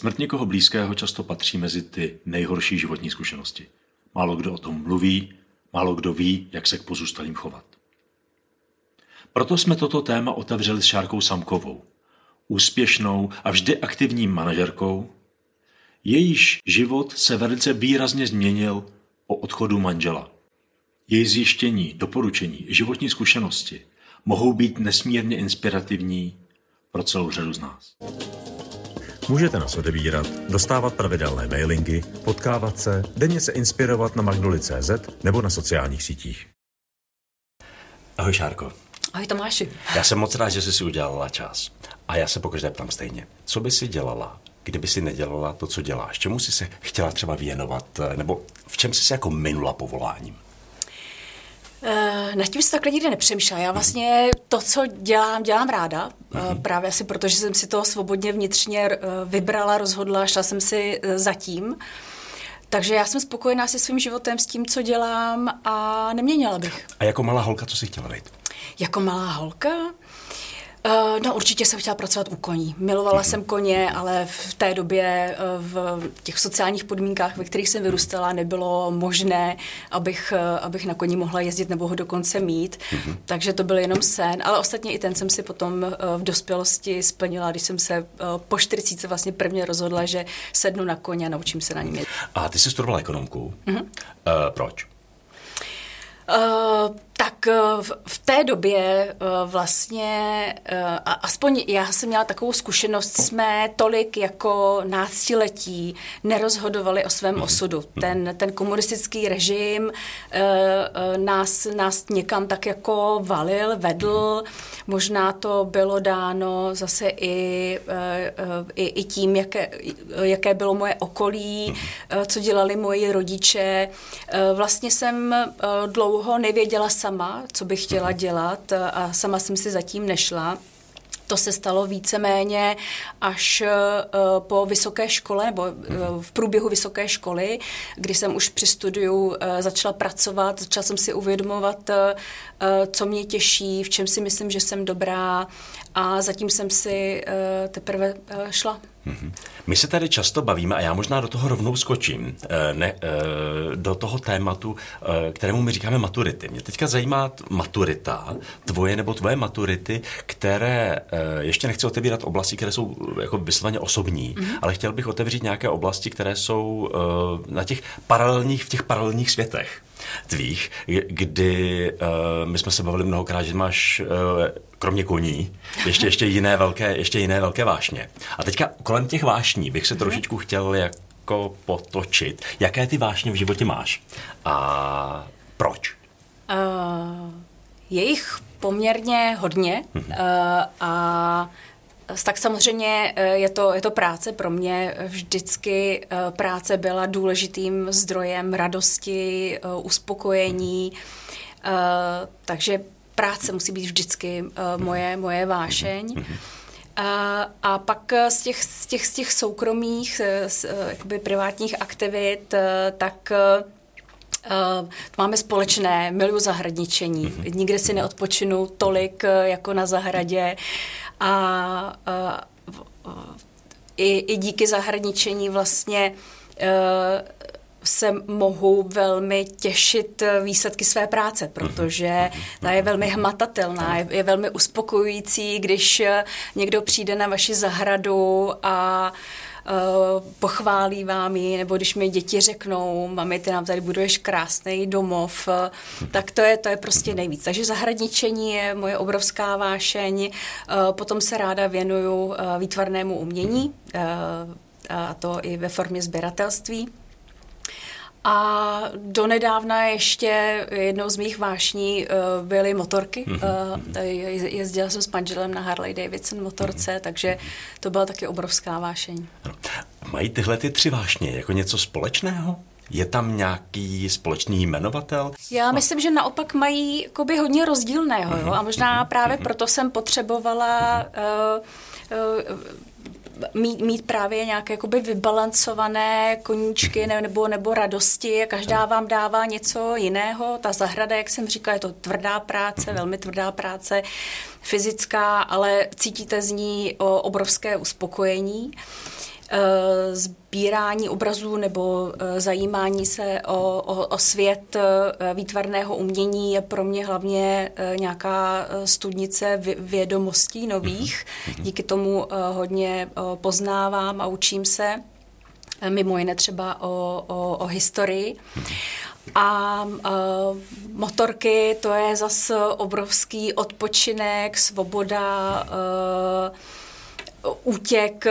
Smrt někoho blízkého často patří mezi ty nejhorší životní zkušenosti. Málo kdo o tom mluví, málo kdo ví, jak se k pozůstalým chovat. Proto jsme toto téma otevřeli s Šárkou Samkovou, úspěšnou a vždy aktivní manažerkou, jejíž život se velice výrazně změnil po odchodu manžela. Její zjištění, doporučení, životní zkušenosti mohou být nesmírně inspirativní pro celou řadu z nás. Můžete nás odebírat, dostávat pravidelné mailingy, potkávat se, denně se inspirovat na magnoli.cz nebo na sociálních sítích. Ahoj Šárko. Ahoj Tomáši. Já jsem moc rád, že jsi si udělala čas. A já se pokaždé ptám stejně. Co by si dělala, kdyby si nedělala to, co děláš? Čemu jsi se chtěla třeba věnovat? Nebo v čem jsi se jako minula povoláním? Nad tím si takhle nikdy nepřemýšlela. Já vlastně to, co dělám ráda. Právě asi proto, že jsem si to svobodně vnitřně vybrala, rozhodla, šla jsem si za tím. Takže já jsem spokojená se svým životem, s tím, co dělám a neměnila bych. A jako malá holka, co jsi chtěla být? Jako malá holka? No určitě jsem chtěla pracovat u koní. Milovala jsem koně, ale v té době v těch sociálních podmínkách, ve kterých jsem vyrůstala, nebylo možné, abych na koni mohla jezdit nebo ho dokonce mít. Takže to byl jenom sen. Ale ostatně i ten jsem si potom v dospělosti splnila, když jsem se po 40 vlastně prvně rozhodla, že sednu na koně a naučím se na něm jezdit. A ty jsi studovala ekonomku. Proč? Tak v té době vlastně, aspoň já jsem měla takovou zkušenost, jsme tolik jako náctiletí nerozhodovali o svém osudu. Ten komunistický režim nás někam tak jako valil, možná to bylo dáno zase i tím, jaké bylo moje okolí, co dělali moji rodiče. Vlastně jsem dlouho nevěděla sama, co bych chtěla dělat a sama jsem si zatím nešla. To se stalo víceméně až po vysoké škole nebo v průběhu vysoké školy, kdy jsem už při studiu začala pracovat, začala jsem si uvědomovat, co mě těší, v čem si myslím, že jsem dobrá a zatím jsem si teprve šla. My se tady často bavíme a já možná do toho rovnou skočím, do toho tématu, kterému my říkáme maturity. Mě teďka zajímá maturita, tvoje nebo tvoje maturity, které, ještě nechci otevírat oblasti, které jsou jako vysloveně osobní, ale chtěl bych otevřít nějaké oblasti, které jsou v těch paralelních světech tvých, kdy my jsme se bavili mnohokrát, že máš kromě koní ještě jiné velké vášně. A teďka kolem těch vášní bych se trošičku chtěl jako potočit. Jaké ty vášně v životě máš? A proč? Je jich poměrně hodně a tak samozřejmě je to práce. Pro mě vždycky práce byla důležitým zdrojem radosti, uspokojení, takže práce musí být vždycky moje vášeň. A pak z těch soukromých, jakoby privátních aktivit, tak máme společné, miluji zahradničení. Nikde si neodpočinu tolik jako na zahradě a i díky zahradničení vlastně se mohu velmi těšit výsledky své práce, protože ta je velmi hmatatelná, je velmi uspokojující, když někdo přijde na vaši zahradu a pochválí vám ji, nebo když mi děti řeknou, mami, ty nám tady buduješ krásný domov, tak to je prostě nejvíc. Takže zahradničení je moje obrovská vášeň, potom se ráda věnuju výtvarnému umění, a to i ve formě sběratelství. A donedávna ještě jednou z mých vášní byly motorky. Jezdila jsem s manželem na Harley Davidson motorce, takže to byla taky obrovská vášeň. Mají tyhle ty 3 vášně jako něco společného? Je tam nějaký společný jmenovatel? Já myslím, že naopak mají jakoby hodně rozdílného. Jo? A možná právě proto jsem potřebovala mít právě nějaké jakoby vybalancované koníčky nebo radosti a každá vám dává něco jiného. Ta zahrada, jak jsem říkala, je to tvrdá práce, velmi tvrdá práce, fyzická, ale cítíte z ní obrovské uspokojení. sbírání obrazů nebo zajímání se o svět výtvarného umění je pro mě hlavně nějaká studnice vědomostí nových. Díky tomu hodně poznávám a učím se, mimo jiné třeba o historii. A motorky, to je zase obrovský odpočinek, svoboda, útěk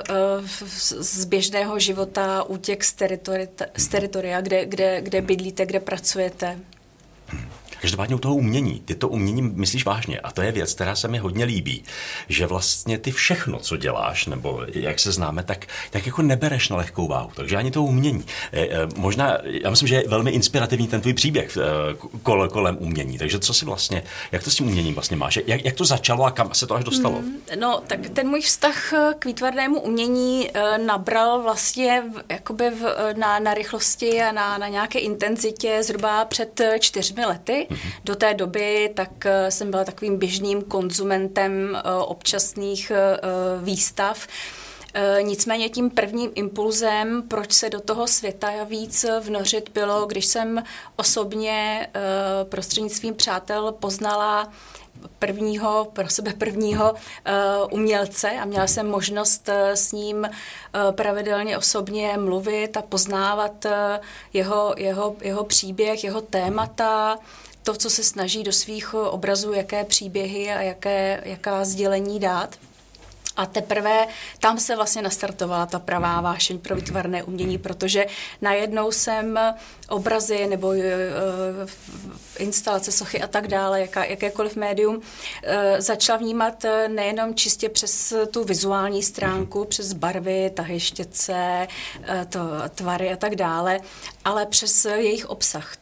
z běžného života, útěk z teritoria, kde bydlíte, kde pracujete. Každopádně u toho umění, ty to umění myslíš vážně a to je věc, která se mi hodně líbí, že vlastně ty všechno, co děláš, nebo jak se známe, tak jako nebereš na lehkou váhu, takže ani to umění. Možná, já myslím, že je velmi inspirativní ten tvůj příběh kolem umění, takže co si vlastně, jak to s tím uměním vlastně máš, jak to začalo a kam se to až dostalo? No, tak ten můj vztah k výtvarnému umění nabral vlastně na rychlosti a na nějaké intenzitě zhruba před 4 lety. Do té doby tak jsem byla takovým běžným konzumentem občasných výstav. Nicméně tím prvním impulzem, proč se do toho světa víc vnořit, bylo, když jsem osobně prostřednictvím přátel poznala pro sebe prvního umělce a měla jsem možnost s ním pravidelně osobně mluvit a poznávat jeho příběh, jeho témata, to, co se snaží do svých obrazů, jaké příběhy a jaká sdělení dát. A teprve tam se vlastně nastartovala ta pravá vášeň pro výtvarné umění, protože najednou jsem obrazy nebo instalace, sochy a tak dále, jakékoliv médium, začala vnímat nejenom čistě přes tu vizuální stránku, přes barvy, tahy, štětce, tvary a tak dále, ale přes jejich obsah,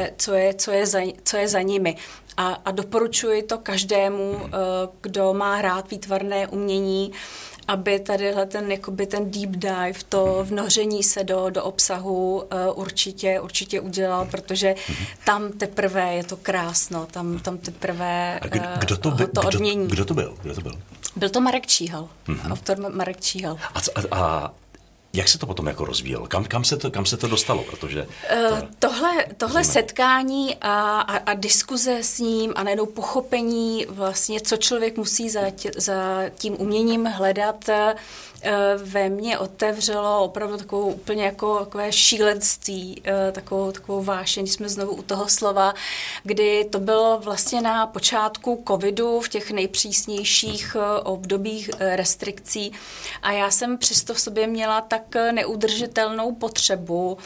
co je za nimi. A doporučuji to každému, kdo má rád výtvarné umění, aby tadyhle ten deep dive, to vnoření se do obsahu určitě udělal, protože tam teprve je to krásno, tam teprve to odmění. Kdo to byl? Byl to Marek Číhal, autor Marek Číhal. A jak se to potom jako rozvíjelo? Kam se to dostalo? Protože tohle setkání a diskuze s ním a najednou pochopení vlastně, co člověk musí za tím uměním hledat, ve mně otevřelo opravdu takovou úplně jako takové šílenství, takovou vášeň, jsme znovu u toho slova, kdy to bylo vlastně na počátku covidu v těch nejpřísnějších obdobích restrikcí a já jsem přesto v sobě měla tak neudržitelnou potřebu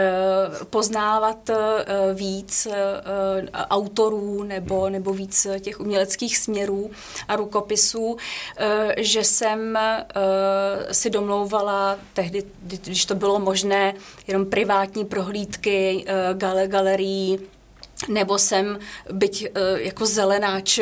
poznávat víc autorů nebo víc těch uměleckých směrů a rukopisů, že jsem si domlouvala tehdy, když to bylo možné, jenom privátní prohlídky galerií, nebo jsem, byť jako zelenáč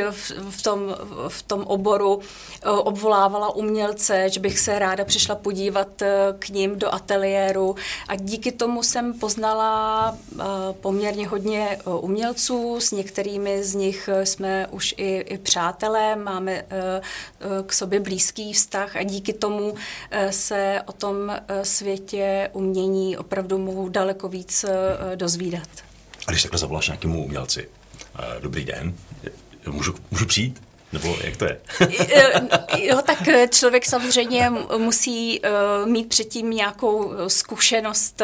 v tom oboru, obvolávala umělce, že bych se ráda přišla podívat k ním do ateliéru a díky tomu jsem poznala poměrně hodně umělců, s některými z nich jsme už i přátelé, máme k sobě blízký vztah a díky tomu se o tom světě umění opravdu mohu daleko víc dozvídat. A když takhle zavoláš nějakému umělci, dobrý den, můžu přijít? Nebo jak to je? Jo, tak člověk samozřejmě musí mít předtím nějakou zkušenost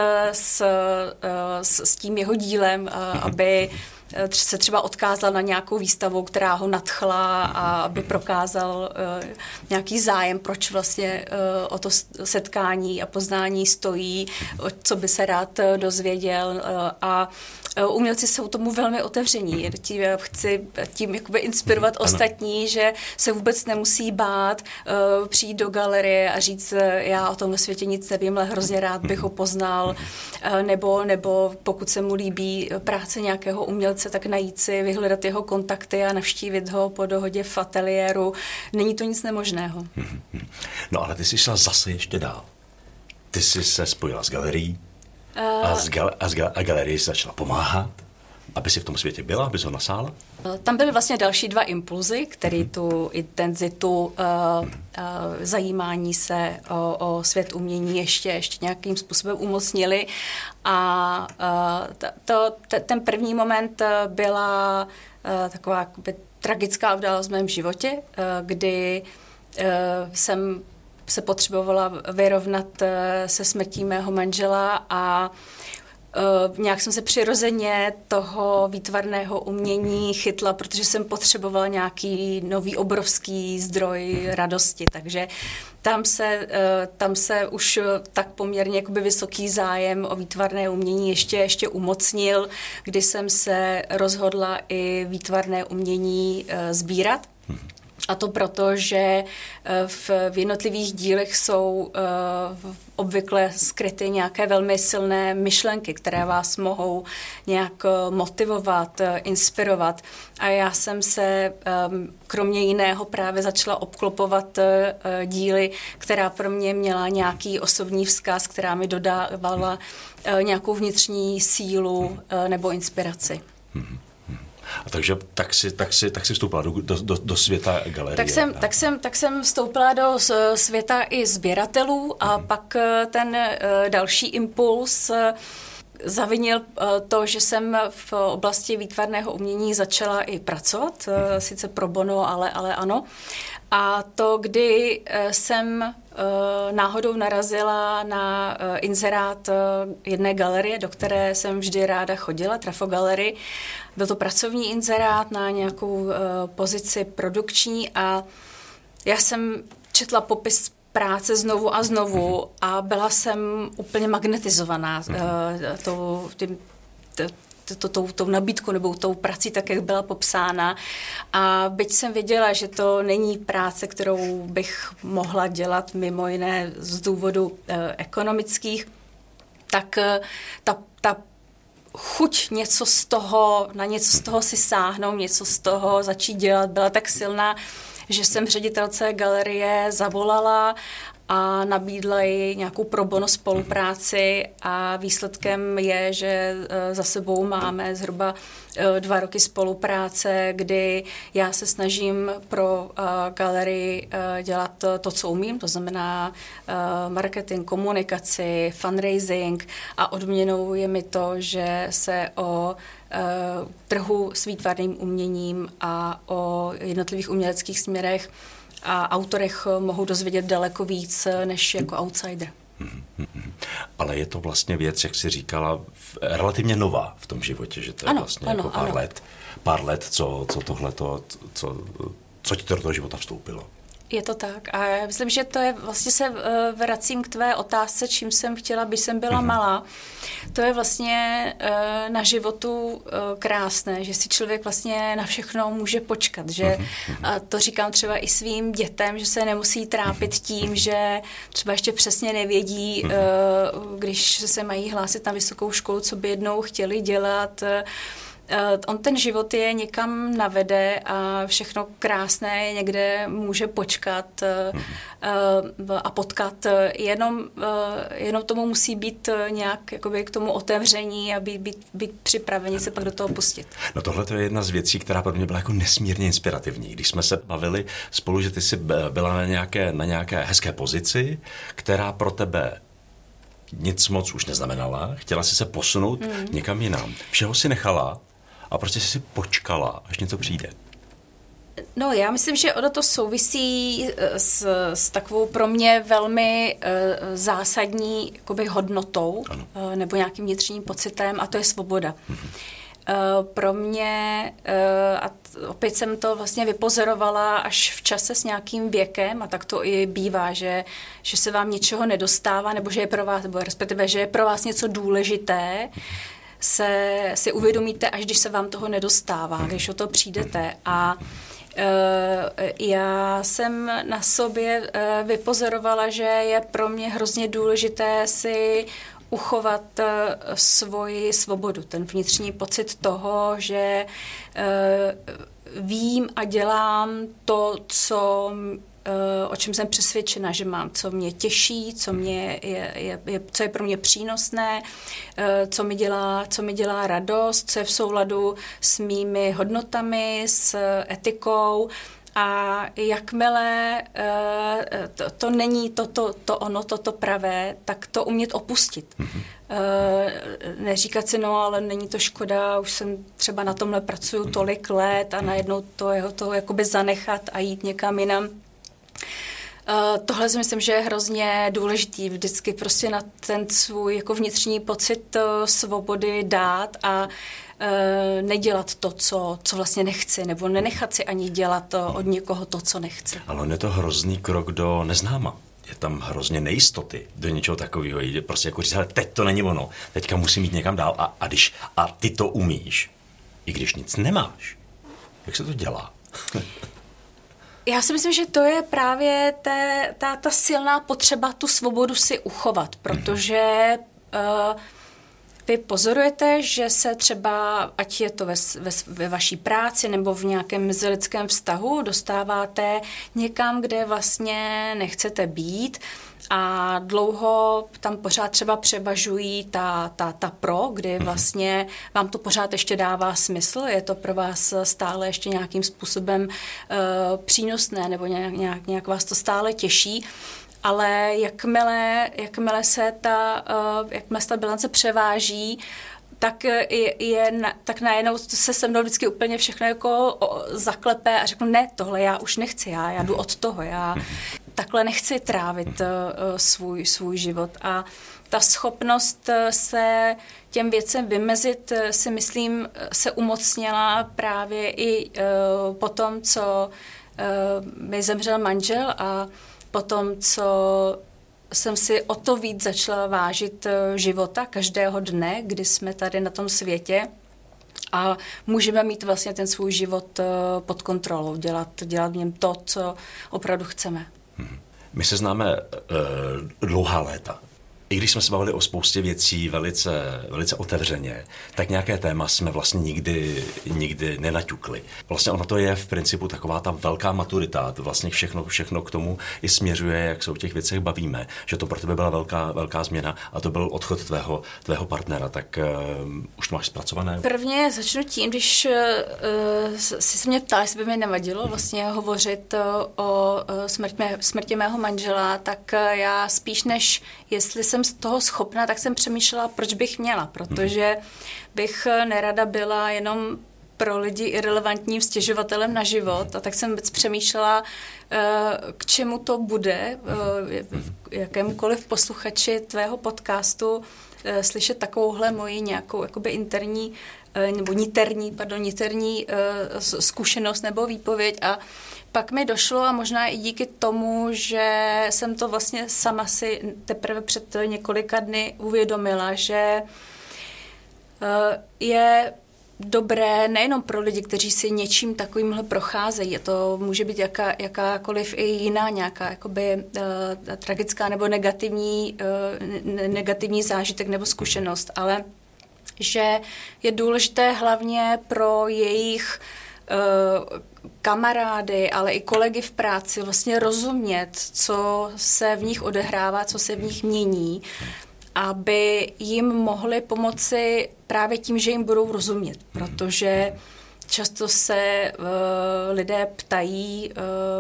s tím jeho dílem, aby se třeba odkázal na nějakou výstavu, která ho nadchla a aby prokázal nějaký zájem, proč vlastně o to setkání a poznání stojí, co by se rád dozvěděl a umělci jsou tomu velmi otevření. Chci tím jakoby inspirovat ostatní, že se vůbec nemusí bát přijít do galerie a říct, já o tomhle světě nic nevím, ale hrozně rád bych ho poznal, nebo pokud se mu líbí práce nějakého umělce, tak najít si, vyhledat jeho kontakty a navštívit ho po dohodě v ateliéru. Není to nic nemožného. No ale ty jsi šla zase ještě dál. Ty jsi se spojila s galerií a galerii si začala pomáhat. aby si v tom světě byla, aby ho nasála? Tam byly vlastně další 2 impulzy, které tu intenzitu zajímání se o svět umění ještě nějakým způsobem umocnily. A ten první moment byla taková jakoby tragická událost v mém životě, kdy jsem se potřebovala vyrovnat se smrtí mého manžela a nějak jsem se přirozeně toho výtvarného umění chytla, protože jsem potřebovala nějaký nový obrovský zdroj radosti, takže tam se už tak poměrně jakoby vysoký zájem o výtvarné umění ještě umocnil, kdy jsem se rozhodla i výtvarné umění sbírat. A to proto, že v jednotlivých dílech jsou obvykle skryty nějaké velmi silné myšlenky, které vás mohou nějak motivovat, inspirovat. A já jsem se kromě jiného právě začala obklopovat díly, která pro mě měla nějaký osobní vzkaz, která mi dodávala nějakou vnitřní sílu nebo inspiraci. A takže tak si vstoupila do světa galerie. Tak jsem vstoupila do světa i sběratelů a pak ten další impuls zavinil to, že jsem v oblasti výtvarného umění začala i pracovat, sice pro bono, ale ano. A to, kdy jsem náhodou narazila na inzerát jedné galerie, do které jsem vždy ráda chodila, Trafo Gallery. Byl to pracovní inzerát na nějakou pozici produkční a já jsem četla popis práce znovu a znovu a byla jsem úplně magnetizovaná tou nabídkou nebo tou prací, tak jak byla popsána. A byť jsem věděla, že to není práce, kterou bych mohla dělat mimo jiné z důvodu ekonomických, tak ta chuť něco z toho si sáhnout, něco z toho začít dělat byla tak silná, že jsem ředitelce galerie zavolala a nabídla jí nějakou pro bono spolupráci a výsledkem je, že za sebou máme zhruba 2 roky spolupráce, kdy já se snažím pro galerii dělat to, co umím, to znamená marketing, komunikaci, fundraising a odměnou je mi to, že se o trhu s výtvarným uměním a o jednotlivých uměleckých směrech a autorech mohou dozvědět daleko víc než jako outsider. Ale je to vlastně věc, jak jsi říkala, relativně nová v tom životě, že to je vlastně jako pár let, co tohleto, co ti to do toho života vstoupilo. Je to tak a já myslím, že to je, vlastně se vracím k tvé otázce, čím jsem chtěla, když jsem byla malá. To je vlastně na životu krásné, že si člověk vlastně na všechno může počkat, že a to říkám třeba i svým dětem, že se nemusí trápit tím, že třeba ještě přesně nevědí, když se mají hlásit na vysokou školu, co by jednou chtěli dělat. On ten život je někam navede a všechno krásné někde může počkat a potkat. Jenom tomu musí být nějak jakoby k tomu otevření a být připraveni se pak do toho pustit. No tohle je jedna z věcí, která pro mě byla jako nesmírně inspirativní. Když jsme se bavili spolu, že ty jsi byla na nějaké hezké pozici, která pro tebe nic moc už neznamenala, chtěla si se posunout někam jinam. Všeho si nechala a prostě si počkala, až něco přijde. No, já myslím, že ono to souvisí s takovou pro mě velmi zásadní jakoby hodnotou nebo nějakým vnitřním pocitem a to je svoboda. Pro mě, a opět jsem to vlastně vypozorovala až v čase s nějakým věkem a tak to i bývá, že se vám něčeho nedostává nebo že je pro vás, nebo respektive, že je pro vás něco důležité, si uvědomíte, až když se vám toho nedostává, když o to přijdete. A já jsem na sobě vypozorovala, že je pro mě hrozně důležité si uchovat svoji svobodu, ten vnitřní pocit toho, že vím a dělám to, co o čem jsem přesvědčena, že mám, co mě těší, co je pro mě přínosné, co mi dělá radost, co je v souladu s mými hodnotami, s etikou. A jakmile to není toto pravé, tak to umět opustit. Neříkat si, no, ale není to škoda, už jsem třeba na tomhle pracuju tolik let a najednou to jakoby zanechat a jít někam jinam. Tohle si myslím, že je hrozně důležitý vždycky prostě na ten svůj jako vnitřní pocit svobody dát a nedělat to, co vlastně nechci, nebo nenechat si ani dělat od někoho to, co nechci. Ale on je to hrozný krok do neznáma. Je tam hrozně nejistoty do něčeho takového. Jde prostě jako říct, ale teď to není ono. Teďka musím jít někam dál a ty to umíš, i když nic nemáš. Jak se to dělá? Já si myslím, že to je právě ta silná potřeba tu svobodu si uchovat, protože vy pozorujete, že se třeba, ať je to ve vaší práci nebo v nějakém mezilidském vztahu, dostáváte někam, kde vlastně nechcete být a dlouho tam pořád třeba převažují ta pro, kdy vlastně vám to pořád ještě dává smysl, je to pro vás stále ještě nějakým způsobem přínosné nebo nějak vás to stále těší. Ale jakmile se ta bilance převáží, tak najednou se se mnou vždycky úplně všechno jako zaklepe a řeknu, ne, tohle já už nechci, já jdu od toho, já takhle nechci trávit svůj život. A ta schopnost se těm věcem vymezit, si myslím, se umocnila právě i po tom, co mi zemřel manžel a potom, co jsem si o to víc začala vážit života každého dne, kdy jsme tady na tom světě a můžeme mít vlastně ten svůj život pod kontrolou, dělat v něm to, co opravdu chceme. My se známe dlouhá léta. I když jsme se bavili o spoustě věcí velice otevřeně, tak nějaké téma jsme vlastně nikdy nenaťukli. Vlastně ono to je v principu taková ta velká maturita, to vlastně všechno k tomu i směřuje, jak se o těch věcech bavíme, že to pro tebe byla velká změna a to byl odchod tvého partnera, tak už to máš zpracované? Prvně začnu tím, když si se mě ptala, jestli by mi nevadilo vlastně hovořit o smrti mého manžela, tak já spíš než jestli jsem z toho schopna, tak jsem přemýšlela, proč bych měla, protože bych nerada byla jenom pro lidi irelevantním stěžovatelem na život a tak jsem vůbec přemýšlela, k čemu to bude, jakémukoliv posluchači tvého podcastu slyšet takovouhle moji nějakou jakoby interní nebo niterní zkušenost nebo výpověď a pak mi došlo a možná i díky tomu, že jsem to vlastně sama si teprve před několika dny uvědomila, že je dobré nejenom pro lidi, kteří si něčím takovýmhle procházejí, to může být jakákoliv i jiná nějaká jakoby, tragická nebo negativní zážitek nebo zkušenost, ale že je důležité hlavně pro jejich kamarády, ale i kolegy v práci vlastně rozumět, co se v nich odehrává, co se v nich mění, aby jim mohli pomoci právě tím, že jim budou rozumět, protože často se lidé ptají,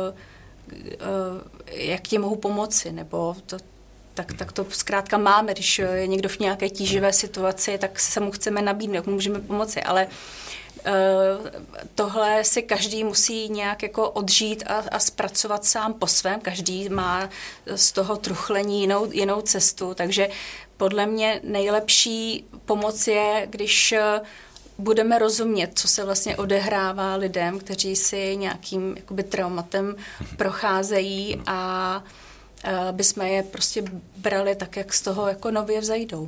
jak ti mohu pomoci, nebo tak to zkrátka máme, když je někdo v nějaké tíživé situaci, tak se mu chceme nabídnout, jak mu můžeme pomoci, ale tohle si každý musí nějak jako odžít a zpracovat sám po svém. Každý má z toho truchlení jinou cestu, takže podle mě nejlepší pomoc je, když budeme rozumět, co se vlastně odehrává lidem, kteří si nějakým jakoby traumatem procházejí a aby jsme je prostě brali tak, jak z toho jako nově vzejdou.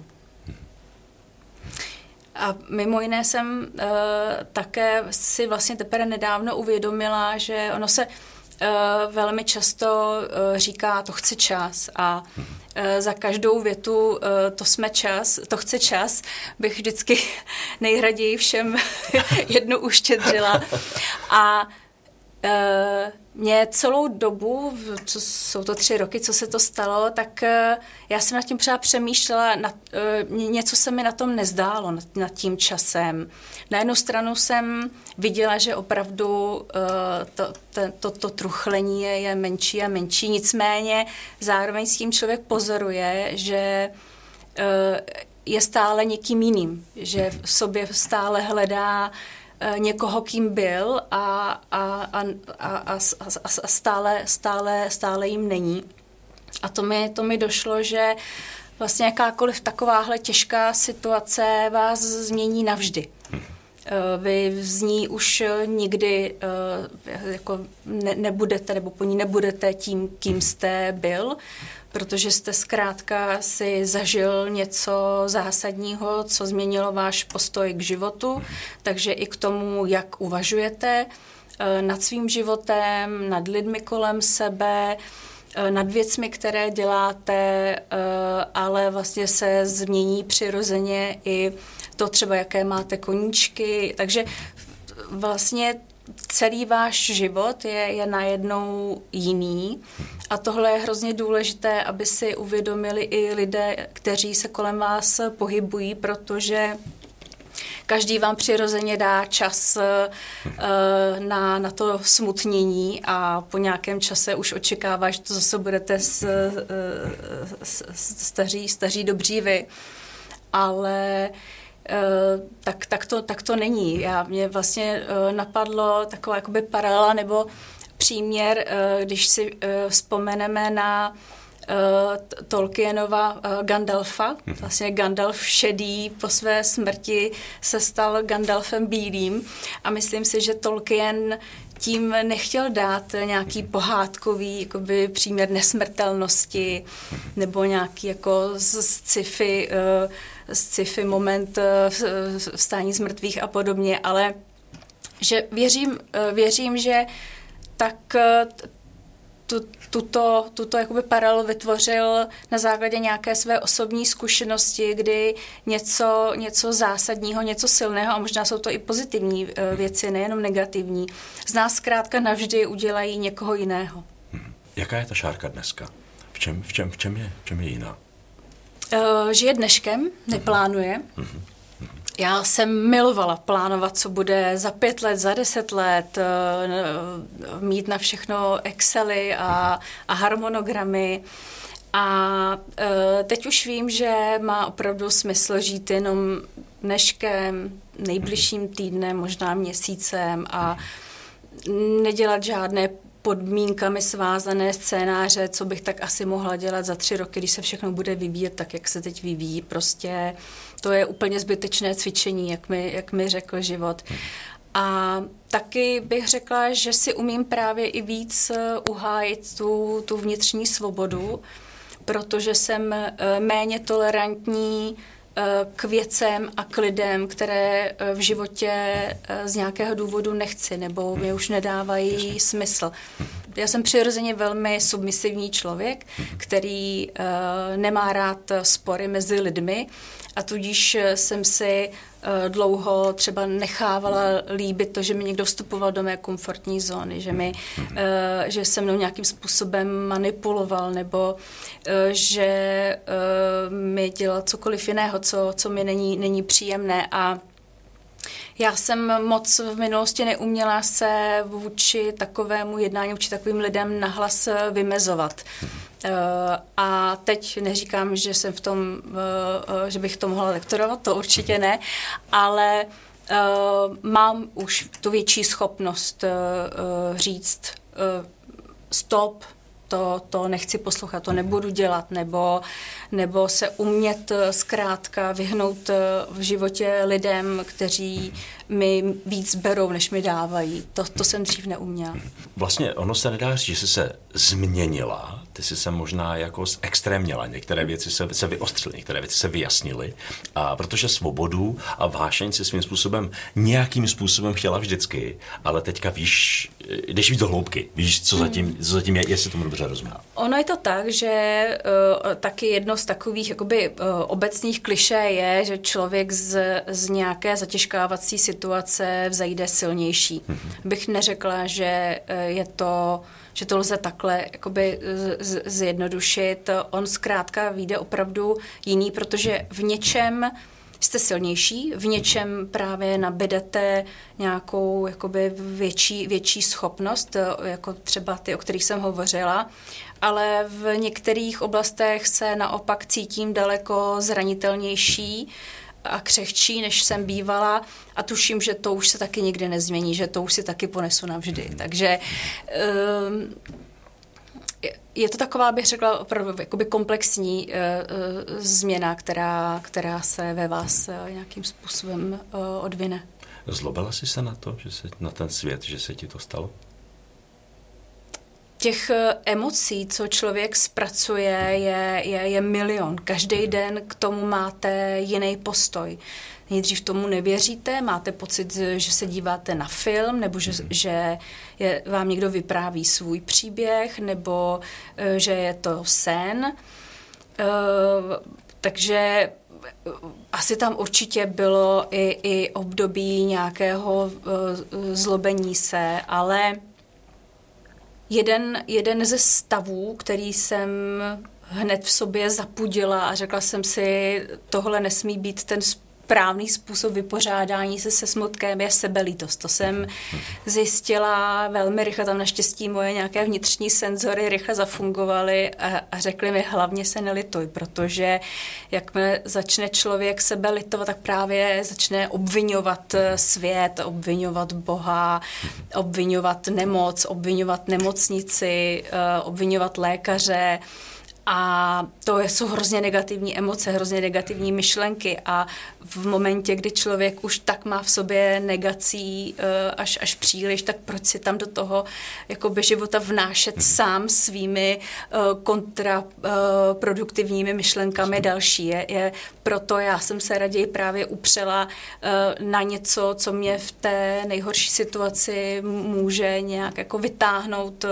A mimo jiné jsem také si vlastně teprve nedávno uvědomila, že ono se velmi často říká, to chce čas a za každou větu to chce čas, bych vždycky nejraději všem jednu uštědřila. A Mě celou dobu, co jsou to 3 roky, co se to stalo, tak já jsem nad tím třeba přemýšlela, něco se mi na tom nezdálo, nad tím časem. Na jednu stranu jsem viděla, že opravdu to truchlení je menší a menší, nicméně zároveň s tím člověk pozoruje, že je stále někým jiným, že v sobě stále hledá někoho, kým byl a stále jim není. A to mi došlo, že vlastně jakákoliv takováhle těžká situace vás změní navždy. Vy z ní už nikdy jako nebudete, nebo po ní nebudete tím, kým jste byl, protože jste zkrátka si zažil něco zásadního, co změnilo váš postoj k životu, takže i k tomu, jak uvažujete nad svým životem, nad lidmi kolem sebe, nad věcmi, které děláte, ale vlastně se změní přirozeně i to třeba, jaké máte koníčky. Takže vlastně celý váš život je najednou jiný a tohle je hrozně důležité, aby si uvědomili i lidé, kteří se kolem vás pohybují, protože každý vám přirozeně dá čas na to smutnění a po nějakém čase už očekává, že to zase budete staří dobří vy. Ale tak to není. Mě vlastně napadlo taková jakoby paralela nebo příměr, když si vzpomeneme na Tolkienova Gandalfa. Vlastně Gandalf šedý po své smrti se stal Gandalfem bílým a myslím si, že Tolkien tím nechtěl dát nějaký pohádkový jakoby příměr nesmrtelnosti nebo nějaký jako sci-fi moment vstání z mrtvých a podobně, ale že věřím, že tak tuto jakoby paralelu vytvořil na základě nějaké své osobní zkušenosti, kdy něco zásadního, něco silného, a možná jsou to i pozitivní věci, nejenom negativní, z nás zkrátka navždy udělají někoho jiného. Jaká je ta Šárka dneska? V čem je jiná? Žije dneškem, neplánuje. Já jsem milovala plánovat, co bude za 5 let, za 10 let, mít na všechno Excely a harmonogramy. A teď už vím, že má opravdu smysl žít jenom dneškem, nejbližším týdnem, možná měsícem a nedělat žádné podmínkami svázané scénáře, co bych tak asi mohla dělat za 3 roky, když se všechno bude vyvíjet tak, jak se teď vyvíjí. Prostě to je úplně zbytečné cvičení, jak mi řekl život. A taky bych řekla, že si umím právě i víc uhájit tu vnitřní svobodu, protože jsem méně tolerantní k věcem a k lidem, které v životě z nějakého důvodu nechci, nebo mi už nedávají smysl. Já jsem přirozeně velmi submisivní člověk, který nemá rád spory mezi lidmi a tudíž jsem si dlouho třeba nechávala líbit to, že mi někdo vstupoval do mé komfortní zóny, že se mnou nějakým způsobem manipuloval nebo že mi dělal cokoliv jiného, co mi není příjemné. A já jsem moc v minulosti neuměla se vůči takovému jednání, vůči takovým lidem nahlas vymezovat. A teď neříkám, že jsem v tom, že bych to mohla lektorovat, to určitě ne, ale mám už tu větší schopnost říct stop, to nechci poslouchat, to nebudu dělat, nebo se umět zkrátka vyhnout v životě lidem, kteří mi víc berou, než mi dávají. To jsem dřív neuměla. Vlastně ono se nedá říct, že jsi se změnila, ty jsi se možná jako extrémněla, některé věci se vyostřily, některé věci se vyjasnily, a protože svobodu a vášeň si svým způsobem nějakým způsobem chtěla vždycky, ale teďka víš, jdeš víc do hloubky, víš, co zatím je, jestli tomu dobře rozumím. Ono je to tak, že taky jedno z takových jakoby obecných klišé je, že člověk z nějaké zatěžkávací situace vzejde silnější. Bych neřekla, že že to lze takhle jakoby zjednodušit. On zkrátka vyjde opravdu jiný, protože v něčem jste silnější, v něčem právě nabydete nějakou jakoby větší schopnost, jako třeba ty, o kterých jsem hovořila, ale v některých oblastech se naopak cítím daleko zranitelnější a křehčí, než jsem bývala, a tuším, že to už se taky nikdy nezmění, že to už si taky ponesu navždy. Takže je to taková, bych řekla, opravdu jakoby komplexní změna, která se ve vás nějakým způsobem odvine. Zlobila jsi se na to, na ten svět, že se ti to stalo? Těch emocí, co člověk zpracuje, je milion. Každý den k tomu máte jiný postoj. Nejdřív tomu nevěříte, máte pocit, že se díváte na film, nebo že vám někdo vypráví svůj příběh, nebo že je to sen. Takže asi tam určitě bylo i období nějakého zlobení se, ale jeden ze stavů, který jsem hned v sobě zapudila a řekla jsem si, tohle nesmí být ten správný způsob vypořádání se smutkem, je sebelítost. To jsem zjistila velmi rychle, tam naštěstí moje nějaké vnitřní senzory rychle zafungovaly a řekly mi, hlavně se nelituj, protože jakmile začne člověk sebelitovat, tak právě začne obviňovat svět, obviňovat Boha, obviňovat nemoc, obviňovat nemocnici, obviňovat lékaře. A to jsou hrozně negativní emoce, hrozně negativní myšlenky, a v momentě, kdy člověk už tak má v sobě negací až příliš, tak proč si tam do toho jakoby života vnášet sám svými kontraproduktivními myšlenkami další. Proto já jsem se raději právě upřela na něco, co mě v té nejhorší situaci může nějak jako vytáhnout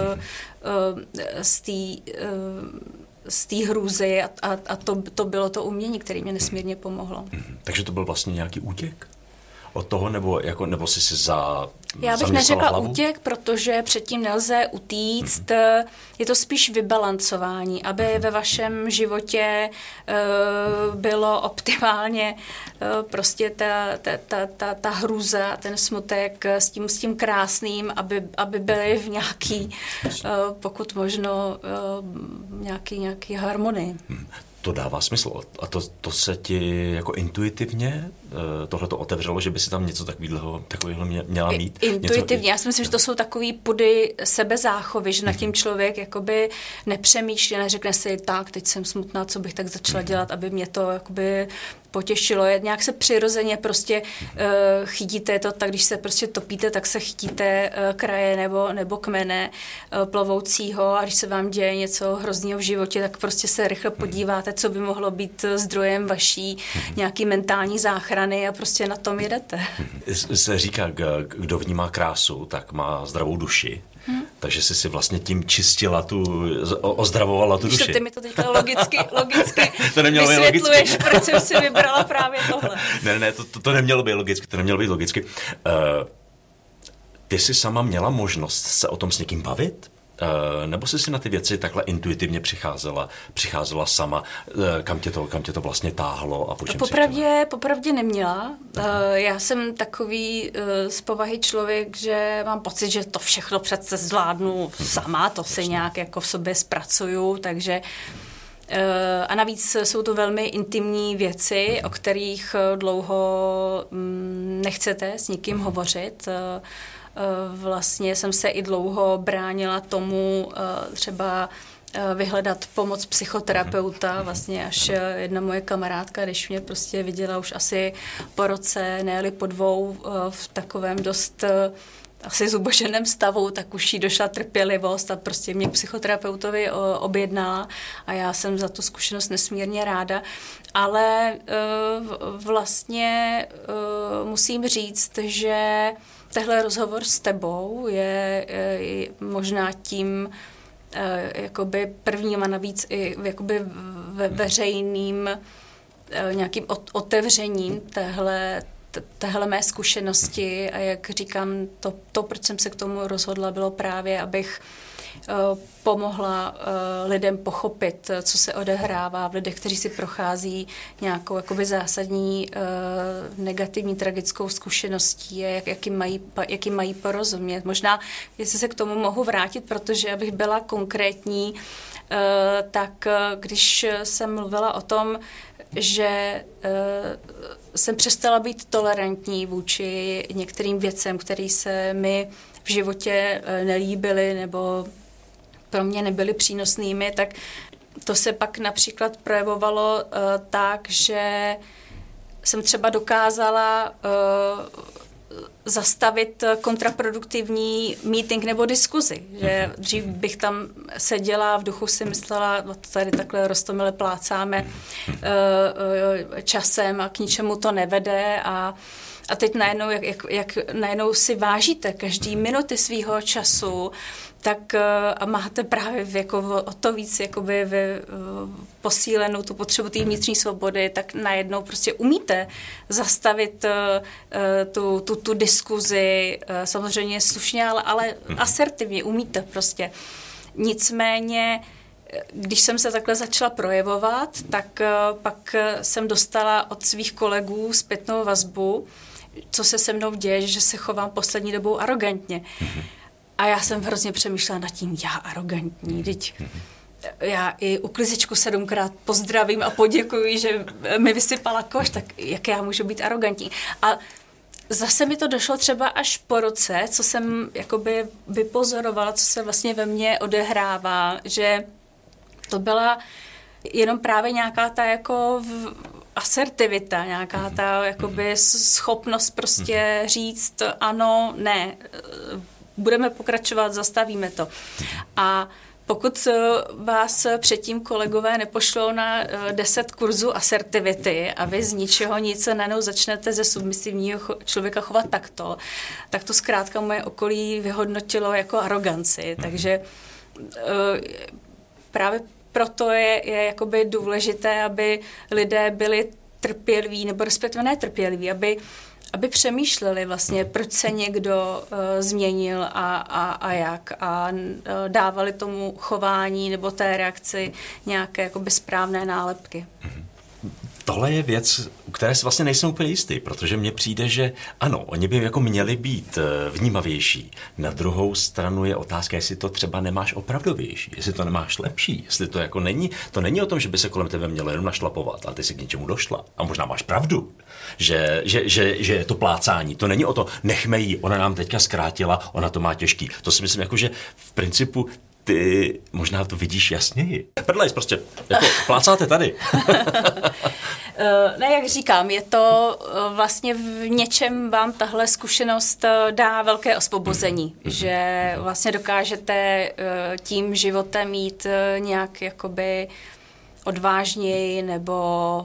z té hrůzy, a to bylo to umění, které mě nesmírně pomohlo. Takže to byl vlastně nějaký útěk od toho, nebo jsi si Já bych neřekla hlavu? Útěk, protože předtím nelze utíct. Je to spíš vybalancování, aby ve vašem životě bylo optimálně prostě ta hrůza, ten smutek s tím krásným, aby byly v nějaký, pokud možno, nějaký harmonii. To dává smysl. A to se ti jako intuitivně tohleto otevřelo, že by si tam něco takového měla mít? Intuitivně. Já si myslím, že to jsou takový pudy sebezáchovy, že nad tím člověk jakoby nepřemýšlí, neřekne si, tak, teď jsem smutná, co bych tak začala dělat, aby mě to jakoby potěšilo. Nějak se přirozeně prostě chytíte to, tak když se prostě topíte, tak se chytíte kraje nebo kmene plovoucího, a když se vám děje něco hroznýho v životě, tak prostě se rychle podíváte, co by mohlo být zdrojem vaší nějaký mentální záchrany, a prostě na tom jedete. Se říká, kdo vnímá krásu, tak má zdravou duši. Takže jsi si vlastně tím čistila ozdravovala tu duši. Ty mi to teďka logicky to nemělo vysvětluješ, proč jsem si vybrala právě tohle. Ne, to nemělo být logicky, Ty jsi sama měla možnost se o tom s někým bavit? Nebo jsi si na ty věci takhle intuitivně přicházela sama, kam tě to vlastně táhlo a po čem Popravdě neměla. Já jsem takový z povahy člověk, že mám pocit, že to všechno přece zvládnu sama, to si nějak jako v sobě zpracuju, takže a navíc jsou to velmi intimní věci, o kterých dlouho nechcete s nikým hovořit. Vlastně jsem se i dlouho bránila tomu třeba vyhledat pomoc psychoterapeuta, vlastně až jedna moje kamarádka, když mě prostě viděla už asi po roce, ne-li po 2, v takovém dost asi zuboženém stavu, tak už jí došla trpělivost a prostě mě k psychoterapeutovi objednala a já jsem za tu zkušenost nesmírně ráda. Ale vlastně musím říct, že tehle rozhovor s tebou je možná tím jakoby prvním a navíc i jakoby veřejným nějakým otevřením téhle mé zkušenosti a jak říkám, to, proč jsem se k tomu rozhodla, bylo právě, abych pomohla lidem pochopit, co se odehrává v lidech, kteří si prochází nějakou jakoby zásadní negativní tragickou zkušeností a jak jim mají porozumět. Možná, jestli se k tomu mohu vrátit, protože abych byla konkrétní, tak když jsem mluvila o tom, že jsem přestala být tolerantní vůči některým věcem, které se mi v životě nelíbily nebo pro mě nebyly přínosnými, tak to se pak například projevovalo tak, že jsem třeba dokázala zastavit kontraproduktivní meeting nebo diskuzi. Že dřív bych tam seděla, v duchu si myslela, tady takhle roztomile plácáme časem a k ničemu to nevede a teď najednou, jak najednou si vážíte každý minuty svýho času, tak a máte právě jako o to víc jakoby posílenou tu potřebu té vnitřní svobody, tak najednou prostě umíte zastavit tu diskuzi, samozřejmě slušně, ale asertivně umíte prostě. Nicméně, když jsem se takhle začala projevovat, tak pak jsem dostala od svých kolegů zpětnou vazbu, co se se mnou děje, že se chovám poslední dobou arrogantně. A já jsem hrozně přemýšlela nad tím, já arrogantní, teď já i uklizečku 7krát pozdravím a poděkuji, že mi vysypala koš, tak jak já můžu být arrogantní. A zase mi to došlo třeba až po roce, co jsem jakoby vypozorovala, co se vlastně ve mně odehrává, že to byla jenom právě nějaká ta jako asertivita, nějaká ta jakoby schopnost prostě říct ano, ne, budeme pokračovat, zastavíme to. A pokud vás předtím kolegové nepošlou na 10 kurzů asertivity a vy z ničeho nic najednou začnete ze submisivního člověka chovat takto, tak to zkrátka moje okolí vyhodnotilo jako aroganci. Takže právě proto je jakoby důležité, aby lidé byli trpěliví, nebo respektive netrpěliví, aby přemýšleli vlastně, proč se někdo změnil a jak a dávali tomu chování nebo té reakci nějaké jakoby správné nálepky. Tohle je věc, u které si vlastně nejsem úplně jistý, protože mně přijde, že ano, oni by jako měli být vnímavější. Na druhou stranu je otázka, jestli to třeba nemáš opravdovější, jestli to nemáš lepší, jestli to jako není, to není o tom, že by se kolem tebe mělo jenom našlapovat, ale ty si k něčemu došla. A možná máš pravdu, že je to plácání. To není o to, nechme jí, ona nám teďka zkrátila, ona to má těžký. To si myslím, jako, že v principu ty možná to vidíš jasněji. Prdlejs, prostě, jako plácáte tady. Ne, jak říkám, je to vlastně v něčem vám tahle zkušenost dá velké osvobození, že vlastně dokážete tím životem mít nějak jakoby odvážněji nebo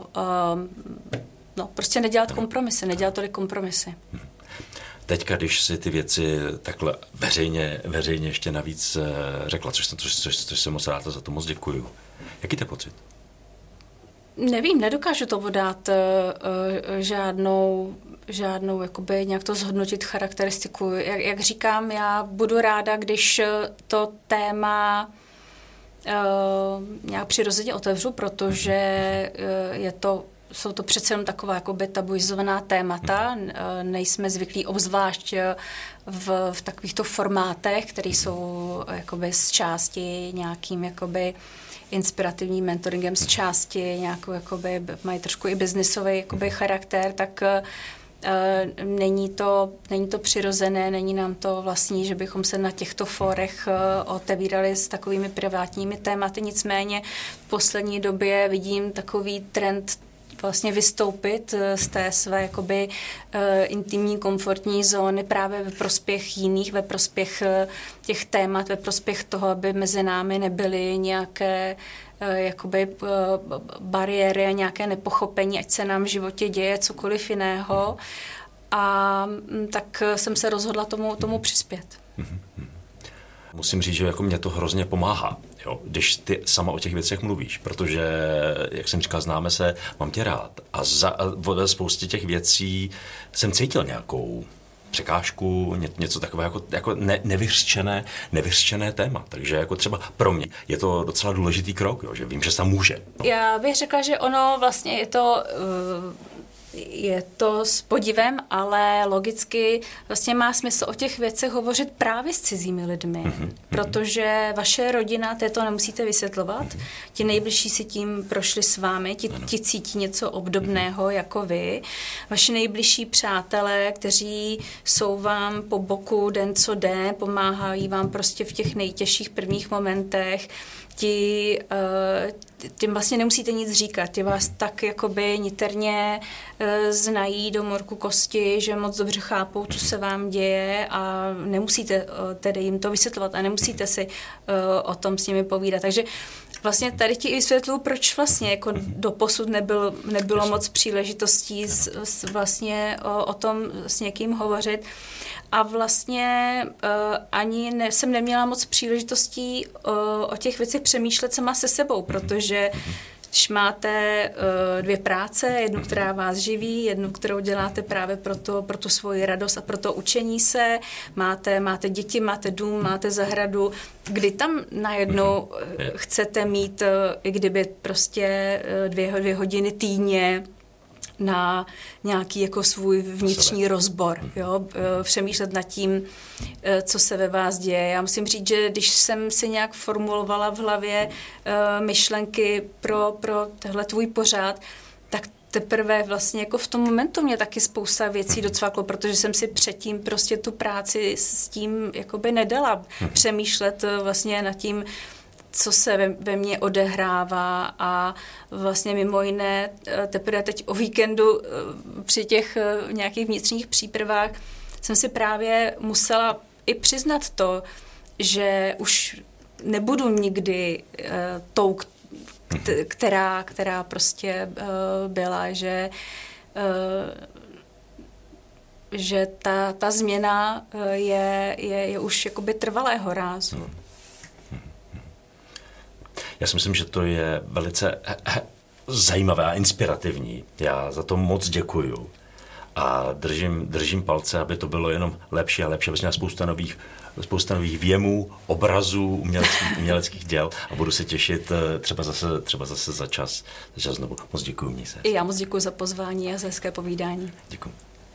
prostě nedělat kompromisy, nedělat tolik kompromisy. Teďka, když si ty věci takhle veřejně ještě navíc řekla, což jsem moc rád a za to moc děkuju. Jaký to je pocit? Nevím, nedokážu tomu dát žádnou jakoby nějak to zhodnotit charakteristiku. Jak říkám, já budu ráda, když to téma nějak přirozeně otevřu, protože jsou to přece jenom taková jakoby tabuizovaná témata. Nejsme zvyklí obzvlášť v takovýchto formátech, které jsou jakoby z části nějakým jakoby inspirativním mentoringem, z části nějakou jakoby mají trošku i biznisový jakoby charakter, tak Není to přirozené, není nám to vlastní, že bychom se na těchto fórech otevírali s takovými privátními tématy. Nicméně v poslední době vidím takový trend vlastně vystoupit z té své jakoby intimní komfortní zóny právě ve prospěch jiných, ve prospěch těch témat, ve prospěch toho, aby mezi námi nebyly nějaké jakoby bariéry a nějaké nepochopení, ať se nám v životě děje cokoliv jiného. A tak jsem se rozhodla tomu přispět. Musím říct, že jako mě to hrozně pomáhá, jo, když ty sama o těch věcech mluvíš, protože, jak jsem říkal, známe se, mám tě rád a ve spoustě těch věcí jsem cítil nějakou překážku, něco takového jako nevyřčené téma. Takže jako třeba pro mě je to docela důležitý krok, jo, že vím, že se může. No. Já bych řekla, že ono vlastně je to s podivem, ale logicky vlastně má smysl o těch věcech hovořit právě s cizími lidmi, protože vaše rodina, to nemusíte vysvětlovat, ti nejbližší si tím prošli s vámi, ti cítí něco obdobného jako vy, vaši nejbližší přátelé, kteří jsou vám po boku den co den, pomáhají vám prostě v těch nejtěžších prvních momentech, tím vlastně nemusíte nic říkat, ti vás tak jakoby niterně znají do morku kosti, že moc dobře chápou, co se vám děje a nemusíte tedy jim to vysvětlovat a nemusíte si o tom s nimi povídat. Takže vlastně tady ti i vysvětluju, proč vlastně jako doposud nebylo moc příležitostí vlastně o tom s někým hovořit. A vlastně ani jsem neměla moc příležitostí o těch věcech přemýšlet sama se sebou, protože když máte dvě práce, jednu, která vás živí, jednu, kterou děláte právě pro tu svoji radost a pro to učení se, máte děti, máte dům, máte zahradu, kdy tam najednou chcete mít, i kdyby prostě 2 hodiny týdně na nějaký jako svůj vnitřní rozbor, jo? Přemýšlet nad tím, co se ve vás děje. Já musím říct, že když jsem si nějak formulovala v hlavě myšlenky pro tohle tvůj pořád, tak teprve vlastně jako v tom momentu mě taky spousta věcí docvaklo, protože jsem si předtím prostě tu práci s tím jakoby nedala přemýšlet vlastně nad tím, co se ve mně odehrává a vlastně mimo jiné teprve teď o víkendu při těch nějakých vnitřních přípravách jsem si právě musela i přiznat to, že už nebudu nikdy tou, která prostě byla, že ta změna je už jakoby trvalého rázu. Já si myslím, že to je velice zajímavé a inspirativní. Já za to moc děkuju a držím palce, aby to bylo jenom lepší a lepší, aby jsme měli spousta nových věmů, obrazů, uměleckých děl a budu se těšit třeba zase za čas znovu. Moc děkuju, měj se. I já moc děkuju za pozvání a za hezké povídání. Děkuju.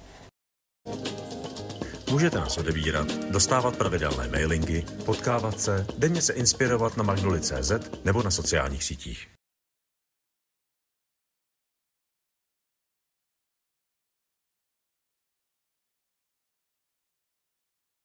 Můžete nás odebírat, dostávat pravidelné mailingy, potkávat se, denně se inspirovat na magnoli.cz nebo na sociálních sítích.